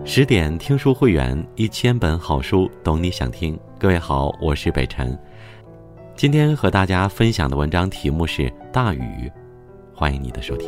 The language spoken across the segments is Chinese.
10点听书会员，1000本好书，懂你想听。各位好，我是北辰。今天和大家分享的文章题目是《大禹》，欢迎你的收听。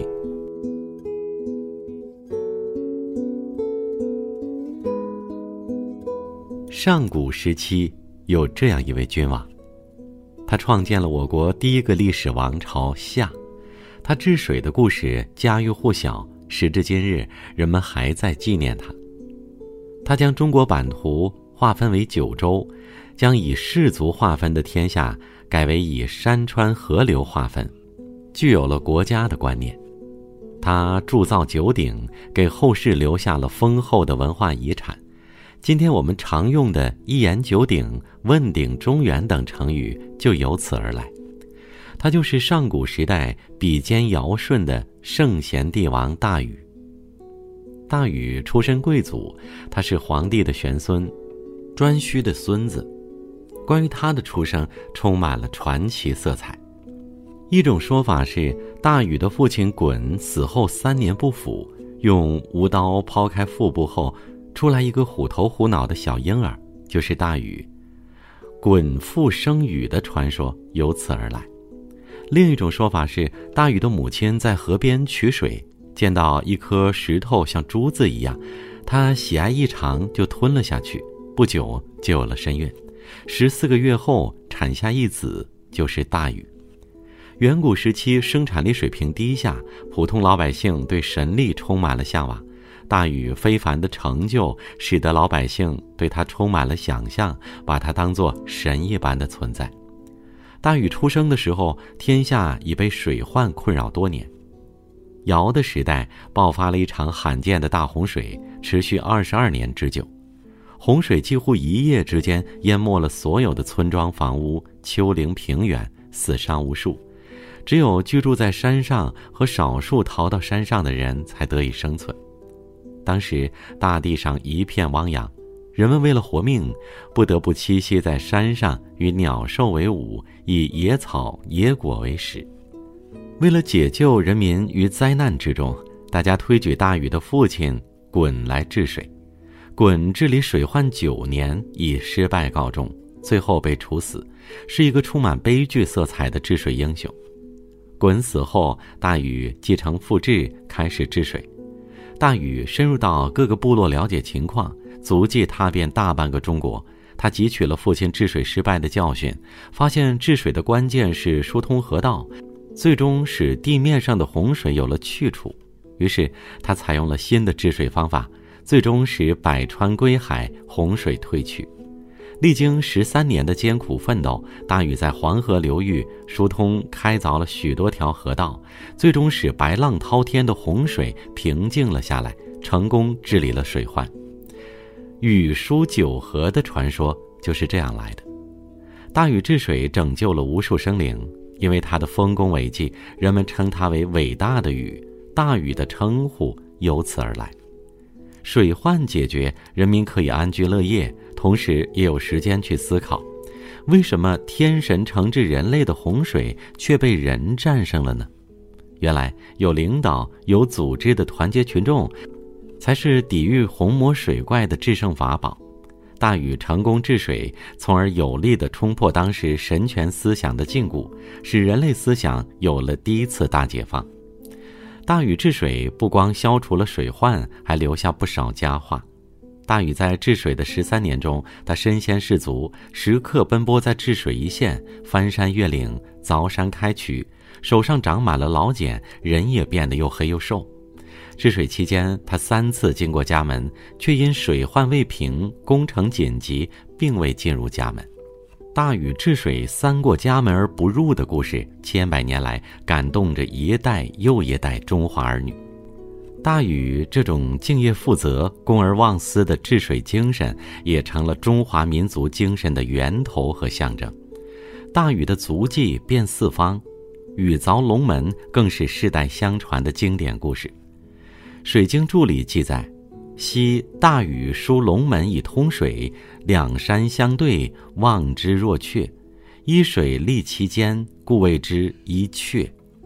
上古时期有这样一位君王，他创建了我国第一个历史王朝夏。他治水的故事家喻户晓，时至今日人们还在纪念他。他将中国版图划分为9州，将以氏族划分的天下改为以山川河流划分，具有了国家的观念。他铸造九鼎，给后世留下了丰厚的文化遗产。今天我们常用的一言九鼎、问鼎中原等成语就由此而来。他就是上古时代比肩尧舜的圣贤帝王大禹。大禹出身贵族，他是皇帝的玄孙，颛顼的孙子。关于他的出生充满了传奇色彩。一种说法是，大禹的父亲鲧死后3年不腐，用无刀剖开腹部后出来一个虎头虎脑的小婴儿，就是大禹。鲧父生禹的传说由此而来。另一种说法是，大禹的母亲在河边取水，见到一颗石头像珠子一样，他喜爱异常，就吞了下去，不久就有了身孕。14个月后产下一子，就是大禹。远古时期生产力水平低下，普通老百姓对神力充满了向往。大禹非凡的成就使得老百姓对他充满了想象，把他当作神一般的存在。大禹出生的时候，天下已被水患困扰多年。尧的时代爆发了一场罕见的大洪水，持续22年之久。洪水几乎一夜之间淹没了所有的村庄房屋，丘陵平原，死伤无数。只有居住在山上和少数逃到山上的人才得以生存。当时大地上一片汪洋，人们为了活命，不得不栖息在山上，与鸟兽为伍，以野草野果为食。为了解救人民于灾难之中，大家推举大禹的父亲鲧来治水。鲧治理水患9年，以失败告终，最后被处死，是一个充满悲剧色彩的治水英雄。鲧死后，大禹继承父志，开始治水。大禹深入到各个部落了解情况，足迹踏遍大半个中国。他汲取了父亲治水失败的教训，发现治水的关键是疏通河道，最终使地面上的洪水有了去处。于是他采用了新的治水方法，最终使百川归海，洪水退去。历经13年的艰苦奋斗，大禹在黄河流域疏通开凿了许多条河道，最终使白浪滔天的洪水平静了下来，成功治理了水患。禹疏9河的传说就是这样来的。大禹治水拯救了无数生灵，因为他的丰功伟绩，人们称他为伟大的禹，大禹的称呼由此而来。水患解决，人民可以安居乐业，同时也有时间去思考，为什么天神惩治人类的洪水却被人战胜了呢？原来有领导有组织的团结群众，才是抵御洪魔水怪的制胜法宝。大禹成功治水，从而有力地冲破当时神权思想的禁锢，使人类思想有了第一次大解放。大禹治水不光消除了水患，还留下不少佳话。大禹在治水的13年中，他身先士卒，时刻奔波在治水一线，翻山越岭，凿山开渠，手上长满了老茧，人也变得又黑又瘦。治水期间，他3次经过家门，却因水患未平，工程紧急，并未进入家门。大禹治水3过家门而不入的故事，千百年来感动着一代又一代中华儿女。大禹这种敬业负责、公而忘私的治水精神，也成了中华民族精神的源头和象征。大禹的足迹遍四方，禹凿龙门更是世代相传的经典故事。《水经注》里记载，昔大禹疏龙门以通水，两山相对，望之若阙，依水立其间，故谓之一阙。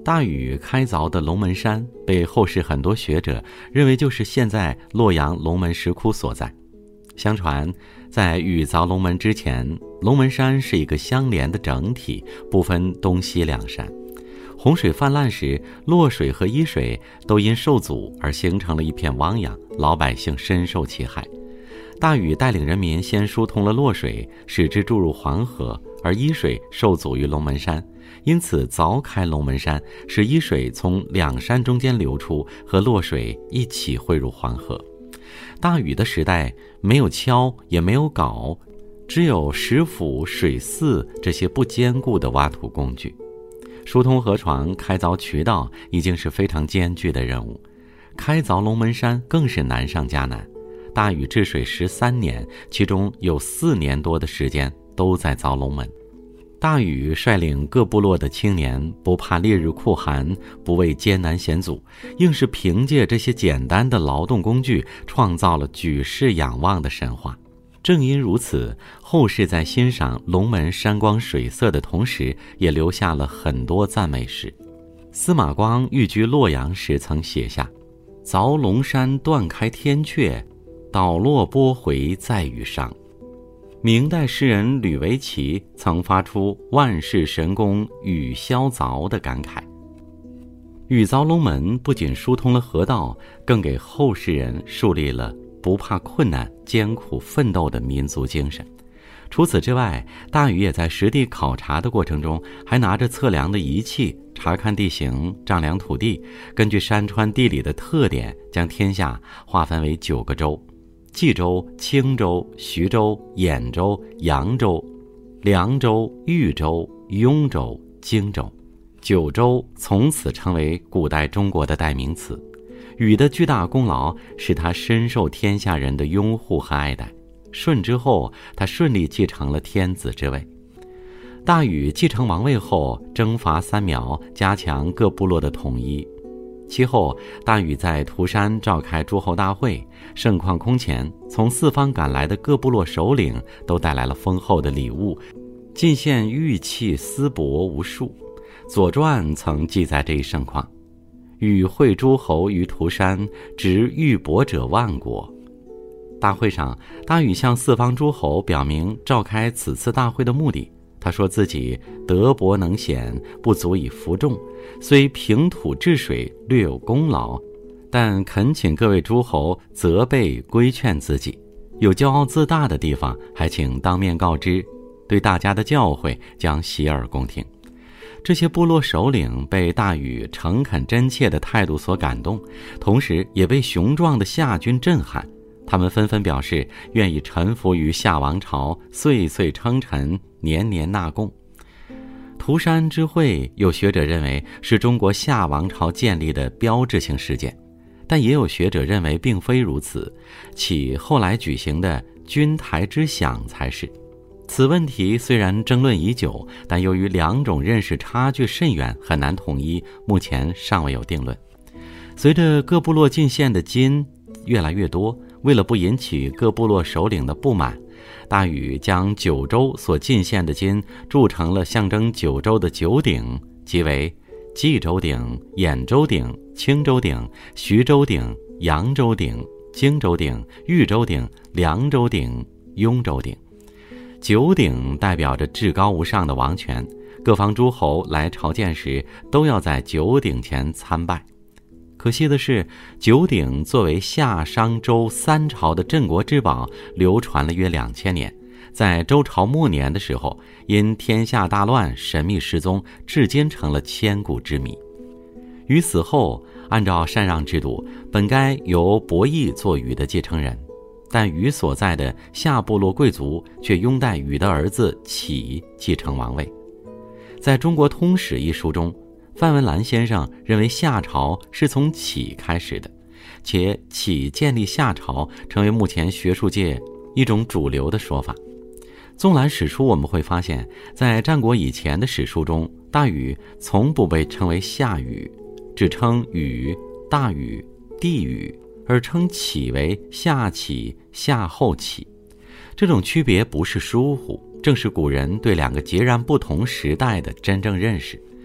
大禹开凿的龙门山被后世很多学者认为就是现在洛阳龙门石窟所在。相传在禹凿龙门之前，龙门山是一个相连的整体，不分东西两山。洪水泛滥时，洛水和伊水都因受阻而形成了一片汪洋，老百姓深受其害。大禹带领人民先疏通了洛水，使之注入黄河，而伊水受阻于龙门山，因此凿开龙门山，使伊水从两山中间流出，和洛水一起汇入黄河。大禹的时代没有锹，也没有镐，只有石斧、水耜这些不坚固的挖土工具。疏通河床、开凿渠道已经是非常艰巨的任务，开凿龙门山更是难上加难。大禹治水13年，其中有4年多的时间都在凿龙门。大禹率领各部落的青年，不怕烈日酷寒，不畏艰难险阻，硬是凭借这些简单的劳动工具，创造了举世仰望的神话。正因如此，后世在欣赏龙门山光水色的同时，也留下了很多赞美诗。司马光寓居洛阳时曾写下：凿龙山断开天阙，倒落波回在禹上。明代诗人吕维奇曾发出万世神功禹萧凿的感慨。禹凿龙门不仅疏通了河道，更给后世人树立了不怕困难、艰苦奋斗的民族精神。除此之外，大禹也在实地考察的过程中，还拿着测量的仪器查看地形、丈量土地，根据山川地理的特点，将天下划分为9个州：冀州、青州、徐州、兖州、扬州、凉州、豫州、雍州、荆州。9州从此成为古代中国的代名词。禹的巨大功劳使他深受天下人的拥护和爱戴。舜之后，他顺利继承了天子之位。大禹继承王位后，征伐三苗，加强各部落的统一。其后，大禹在涂山召开诸侯大会，盛况空前，从四方赶来的各部落首领都带来了丰厚的礼物，进献玉器丝帛无数。《左传》曾记载这一盛况：禹会诸侯于涂山，执玉帛者万国。大会上，大禹向四方诸侯表明召开此次大会的目的。他说自己德薄能显，不足以服众，虽平土治水略有功劳，但恳请各位诸侯责备规劝自己，有骄傲自大的地方，还请当面告知，对大家的教诲将洗耳恭听。这些部落首领被大禹诚恳真切的态度所感动，同时也被雄壮的夏军震撼。他们纷纷表示愿意臣服于夏王朝，岁岁称臣，年年纳贡。涂山之会，有学者认为是中国夏王朝建立的标志性事件，但也有学者认为并非如此，其后来举行的君台之享才是。此问题虽然争论已久，但由于两种认识差距甚远，很难统一，目前尚未有定论。随着各部落进献的金越来越多，为了不引起各部落首领的不满，大禹将9州所进献的金铸成了象征9州的9鼎，即为冀州鼎、兖州鼎、青州鼎、徐州鼎、扬州鼎、荆州鼎、豫州鼎、凉州鼎、雍州鼎。9鼎代表着至高无上的王权，各方诸侯来朝见时都要在9鼎前参拜。可惜的是，9鼎作为夏商周3朝的镇国之宝，流传了约2000年，在周朝末年的时候，因天下大乱神秘失踪，至今成了千古之谜。禹死后，按照禅让制度，本该由伯益做禹的继承人，但禹所在的夏部落贵族却拥戴禹的儿子启继承王位。在中国通史一书中，范文澜先生认为夏朝是从启开始的，且启建立夏朝成为目前学术界一种主流的说法。纵览史书，我们会发现，在战国以前的史书中，大禹从不被称为夏禹，只称禹、大禹、帝禹，而称启为夏启、夏后启。这种区别不是疏忽，正是古人对两个截然不同时代的真正认识。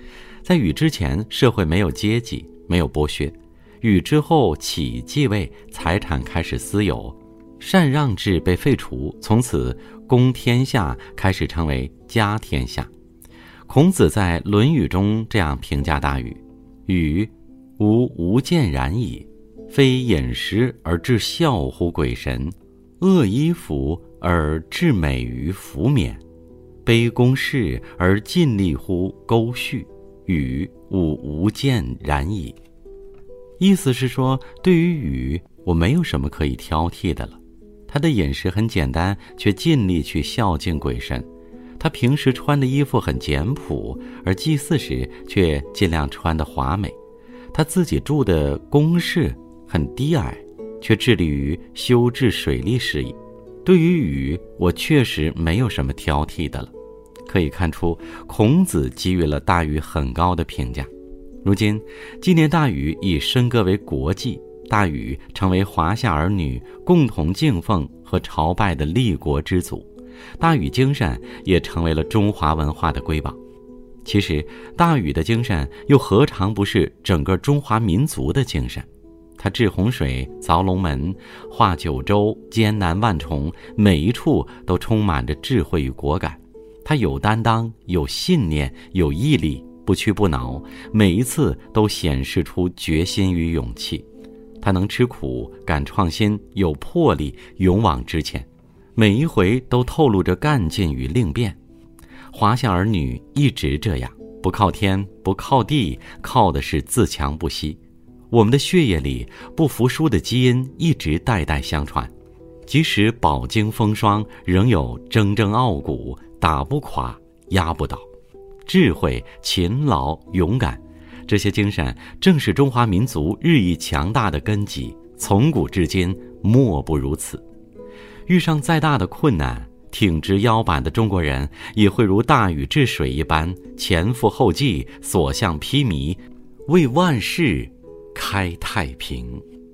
在禹之前，社会没有阶级，没有剥削；禹之后，启继位，财产开始私有，禅让制被废除，从此公天下开始成为家天下。孔子在《论语》中这样评价大禹：禹无见然矣，非饮食而致孝乎鬼神，恶衣服而致美于服冕，卑公事而尽力乎沟绪，禹无见然矣。意思是说，对于禹，我没有什么可以挑剔的了。他的饮食很简单，却尽力去孝敬鬼神。他平时穿的衣服很简朴，而祭祀时却尽量穿得华美。他自己住的宫室很低矮，却致力于修治水利事宜。对于禹，我确实没有什么挑剔的了。可以看出，孔子给予了大禹很高的评价。如今，纪念大禹已升格为国祭，大禹成为华夏儿女共同敬奉和朝拜的立国之祖。大禹精神也成为了中华文化的瑰宝。其实，大禹的精神又何尝不是整个中华民族的精神？他治洪水、凿龙门、划九州，艰难万重，每一处都充满着智慧与果敢。他有担当，有信念，有毅力，不屈不挠，每一次都显示出决心与勇气。他能吃苦，敢创新，有魄力，勇往直前，每一回都透露着干劲与灵变。华夏儿女一直这样，不靠天，不靠地，靠的是自强不息。我们的血液里不服输的基因一直代代相传，即使饱经风霜，仍有铮铮傲骨，打不垮，压不倒。智慧、勤劳、勇敢，这些精神正是中华民族日益强大的根基，从古至今莫不如此。遇上再大的困难，挺直腰板的中国人也会如大禹治水一般，前赴后继，所向披靡，为万世开太平。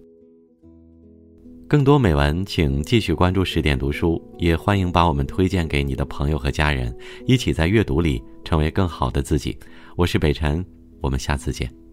更多美文请继续关注10点读书，也欢迎把我们推荐给你的朋友和家人，一起在阅读里成为更好的自己。我是北辰，我们下次见。